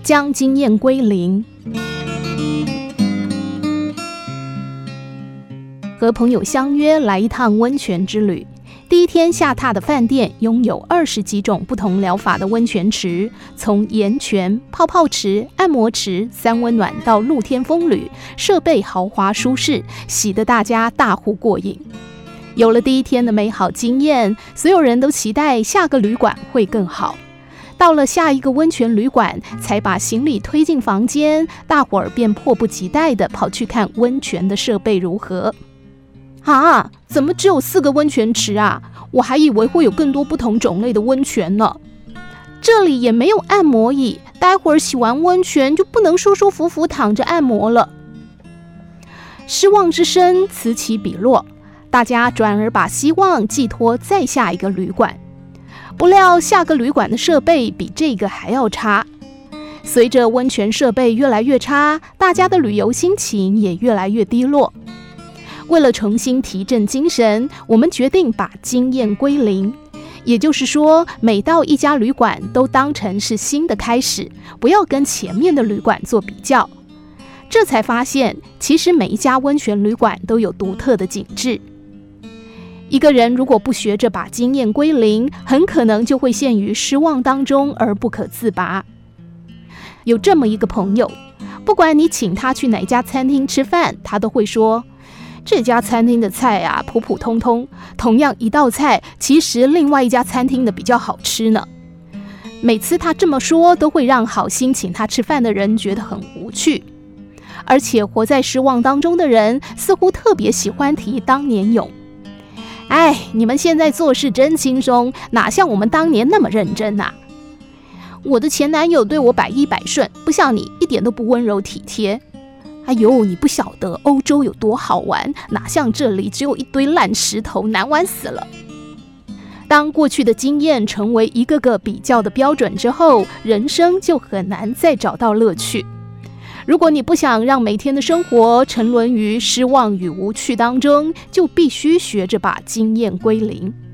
将经验归零。和朋友相约来一趟温泉之旅。第一天下榻的饭店拥有20几种不同疗法的温泉池，从盐泉、泡泡池、按摩池、三温暖到露天风吕，设备豪华舒适，洗得大家大呼过瘾。有了第一天的美好经验，所有人都期待下个旅馆会更好。到了下一个温泉旅馆，才把行李推进房间，大伙儿便迫不及待地跑去看温泉的设备如何。啊，怎么只有4个温泉池啊？我还以为会有更多不同种类的温泉呢。这里也没有按摩椅，待会儿洗完温泉就不能舒舒服服躺着按摩了。失望之声此起彼落，大家转而把希望寄托在下一个旅馆。不料下个旅馆的设备比这个还要差。随着温泉设备越来越差，大家的旅游心情也越来越低落。为了重新提振精神，我们决定把经验归零，也就是说，每到一家旅馆都当成是新的开始，不要跟前面的旅馆做比较。这才发现，其实每一家温泉旅馆都有独特的景致。一个人如果不学着把经验归零，很可能就会陷于失望当中而不可自拔。有这么一个朋友，不管你请他去哪家餐厅吃饭，他都会说，这家餐厅的菜啊普普通通，同样一道菜，其实另外一家餐厅的比较好吃呢。每次他这么说，都会让好心请他吃饭的人觉得很无趣。而且活在失望当中的人，似乎特别喜欢提当年勇。哎，你们现在做事真轻松，哪像我们当年那么认真啊？我的前男友对我百依百顺，不像你一点都不温柔体贴。哎呦，你不晓得欧洲有多好玩，哪像这里只有一堆烂石头，难玩死了。当过去的经验成为一个个比较的标准之后，人生就很难再找到乐趣。如果你不想让每天的生活沉沦于失望与无趣当中，就必须学着把经验归零。